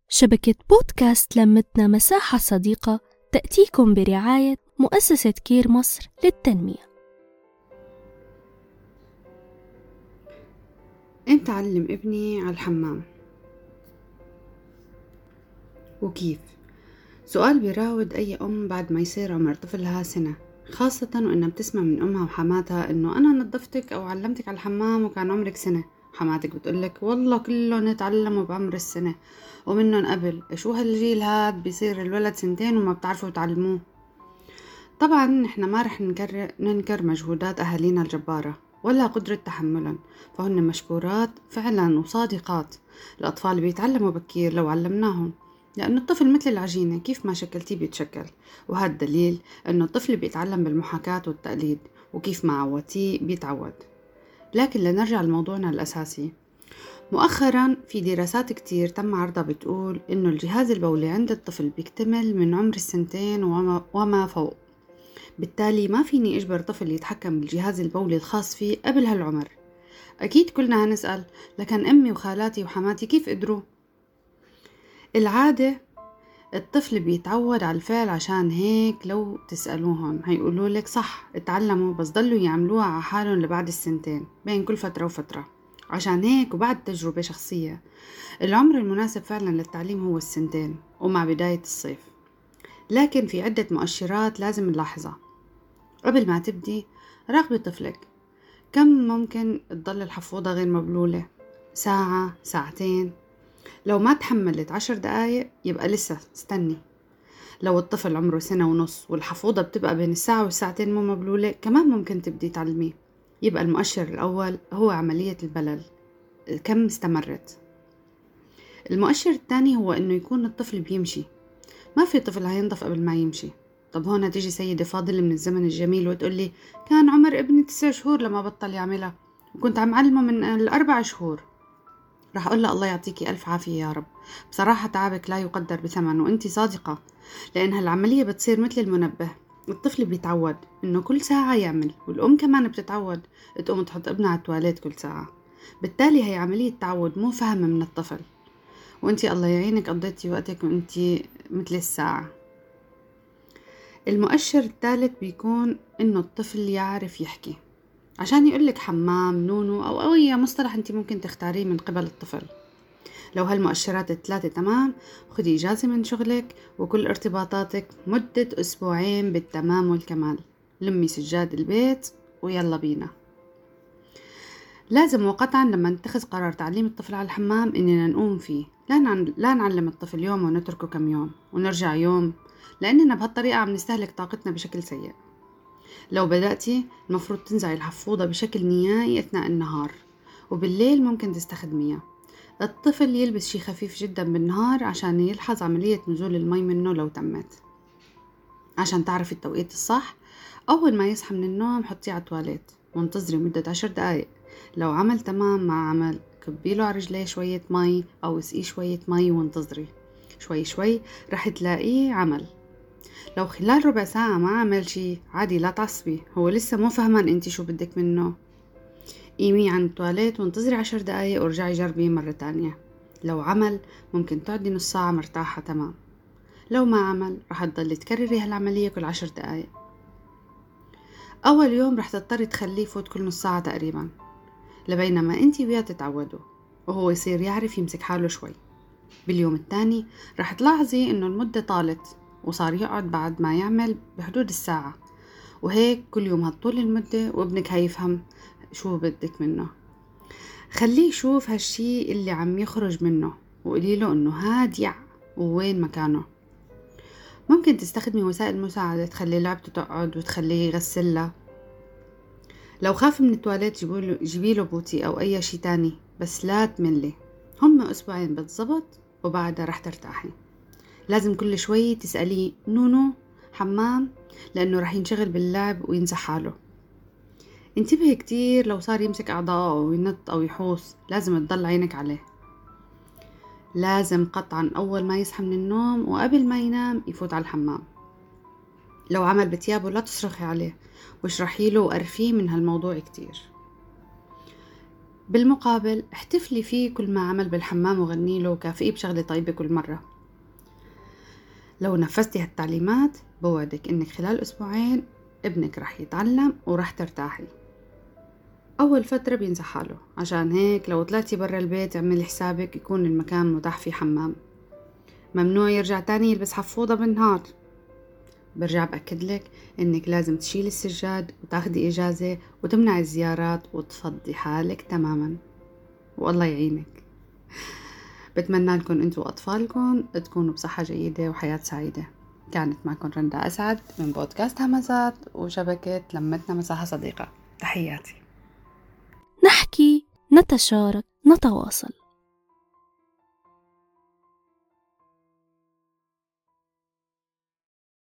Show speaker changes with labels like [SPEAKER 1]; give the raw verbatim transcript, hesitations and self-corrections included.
[SPEAKER 1] شبكة بودكاست لمتنا مساحة صديقة تأتيكم برعاية مؤسسة كير مصر للتنمية.
[SPEAKER 2] امتى أعلم ابني على الحمام وكيف؟ سؤال بيراود أي أم بعد ما يصير عمر طفلها سنة، خاصة وإنها بتسمع من أمها وحماتها إنه أنا نظفتك أو علمتك على الحمام وكان عمرك سنة. حماتك بتقولك والله كله نتعلموا بعمر السنة ومنهم قبل، شو هالجيل هاد بيصير الولد سنتين وما بتعرفوا تعلموه. طبعا نحن ما رح ننكر, ننكر مجهودات أهالينا الجبارة ولا قدرة تحملا، فهن مشكورات فعلا وصادقات. الأطفال بيتعلموا بكير لو علمناهم، لأن الطفل مثل العجينة كيف ما شكلتيه بيتشكل، وهذا دليل أنه الطفل بيتعلم بالمحاكاة والتقليد، وكيف ما عودتيه بيتعود. لكن لنرجع لموضوعنا الأساسي، مؤخرا في دراسات كتير تم عرضها بتقول إنه الجهاز البولي عند الطفل بيكتمل من عمر السنتين وما, وما فوق. بالتالي ما فيني أجبر طفل يتحكم بالجهاز البولي الخاص فيه قبل هالعمر. أكيد كلنا هنسأل، لكن أمي وخالاتي وحماتي كيف قدروا؟ العادة الطفل بيتعود على الفعل، عشان هيك لو تسألوهم هيقولوا لك صح اتعلموا، بس ضلوا يعملوها على حالهم لبعد السنتين بين كل فترة وفترة. عشان هيك وبعد تجربة شخصية، العمر المناسب فعلا للتعليم هو السنتين ومع بداية الصيف. لكن في عدة مؤشرات لازم نلاحظها قبل ما تبدي. راقبي طفلك، كم ممكن تضل الحفوضة غير مبلولة؟ ساعة، ساعتين؟ لو ما تحملت عشر دقايق يبقى لسه استني. لو الطفل عمره سنة ونص والحفوضة بتبقى بين الساعة والساعتين مو مبلولة، كمان ممكن تبدي تعلميه. يبقى المؤشر الأول هو عملية البلل، كم استمرت. المؤشر الثاني هو إنه يكون الطفل بيمشي. ما في طفل هينضف قبل ما يمشي. طب هون تيجي سيدة فاضلة من الزمن الجميل وتقولي كان عمر ابني تسع شهور لما بطل يعملها، وكنت عم علمه من الأربع شهور. رح أقول لها الله يعطيكي ألف عافية يا رب، بصراحة تعبك لا يقدر بثمن وانتي صادقة، لأن هالعملية بتصير مثل المنبه. الطفل بيتعود إنه كل ساعة يعمل، والأم كمان بتتعود تقوم تحط ابنها على التواليت كل ساعة. بالتالي هي عملية تعود مو فهم من الطفل، وانتي الله يعينك قضيتي وقتك وانتي مثل الساعة. المؤشر الثالث بيكون إنه الطفل يعرف يحكي، عشان يقولك حمام، نونو أو أي مصطلح أنت ممكن تختاريه من قبل الطفل. لو هالمؤشرات الثلاثة تمام، خدي إجازة من شغلك وكل ارتباطاتك مدة أسبوعين بالتمام والكمال. لمي سجاد البيت ويلا بينا. لازم وقطعا لما نتخذ قرار تعليم الطفل على الحمام إننا نقوم فيه، لا, نعن... لا نعلم الطفل يوم ونتركه كم يوم ونرجع يوم، لأننا بهالطريقة عم نستهلك طاقتنا بشكل سيء. لو بدأتي المفروض تنزعي الحفوضة بشكل نهائي أثناء النهار، وبالليل ممكن تستخدميها. الطفل يلبس شي خفيف جدا بالنهار عشان يلحظ عملية نزول المي منه لو تمت. عشان تعرفي التوقيت الصح، أول ما يصحى من النوم حطيه على التواليت وانتظري مدة عشر دقايق. لو عمل تمام ما عمل، كبيله على رجليه شوية مي أو اسقيه شوية مي وانتظري شوي شوي رح تلاقيه عمل. لو خلال ربع ساعة ما عمل شي، عادي لا تعصبي، هو لسه مو فهمان انتي شو بدك منه. قيميه عن التواليت وانتظري عشر دقايق ورجعي جربيه مرة تانية. لو عمل ممكن تقعدي نص ساعة مرتاحة تمام. لو ما عمل رح تضلي تكرري هالعملية كل عشر دقايق. أول يوم رح تضطري تخليه يفوت كل نص ساعة تقريبا، لبينما انتي وياه تتعودوا وهو يصير يعرف يمسك حاله شوي. باليوم الثاني رح تلاحظي انه المدة طالت وصار يقعد بعد ما يعمل بحدود الساعة، وهيك كل يوم هالطول المدة وابنك هيفهم شو بدك منه. خليه يشوف هالشي اللي عم يخرج منه وقوليله انه هاد يع ووين مكانه. ممكن تستخدمي وسائل مساعدة تخلي لعبته تقعد وتخليه يغسلها. لو خاف من التواليت جيبيله بوتي او اي شي تاني، بس لا تملي. هم اسبوعين بالضبط وبعدها رح ترتاحي. لازم كل شوي تسأليه نونو حمام، لأنه رح ينشغل باللعب وينسى حاله. انتبهي كتير لو صار يمسك أعضاءه أو ينط أو يحوس، لازم تضل عينك عليه. لازم قطعا أول ما يصحى من النوم وقبل ما ينام يفوت على الحمام. لو عمل بتيابه لا تصرخي عليه واشرحي له وقرفيه من هالموضوع كتير. بالمقابل احتفلي فيه كل ما عمل بالحمام وغني له وكافئيه بشغلة طيبة كل مرة. لو نفذتي هالتعليمات بوعدك انك خلال اسبوعين ابنك رح يتعلم ورح ترتاحي. اول فترة بينسى حاله، عشان هيك لو طلعتي برا البيت اعملي حسابك يكون المكان متاح فيه حمام. ممنوع يرجع تاني يلبس حفوضة بالنهار. برجع بأكدلك انك لازم تشيل السجاد وتاخدي اجازة وتمنع الزيارات وتفضي حالك تماما، والله يعينك. بتمنى لكم انتوا واطفالكم تكونوا بصحة جيدة وحياة سعيدة. كانت معكم رندا اسعد من بودكاست همزات وشبكة لمتنا مساحة صديقة. تحياتي.
[SPEAKER 1] نحكي، نتشارك، نتواصل.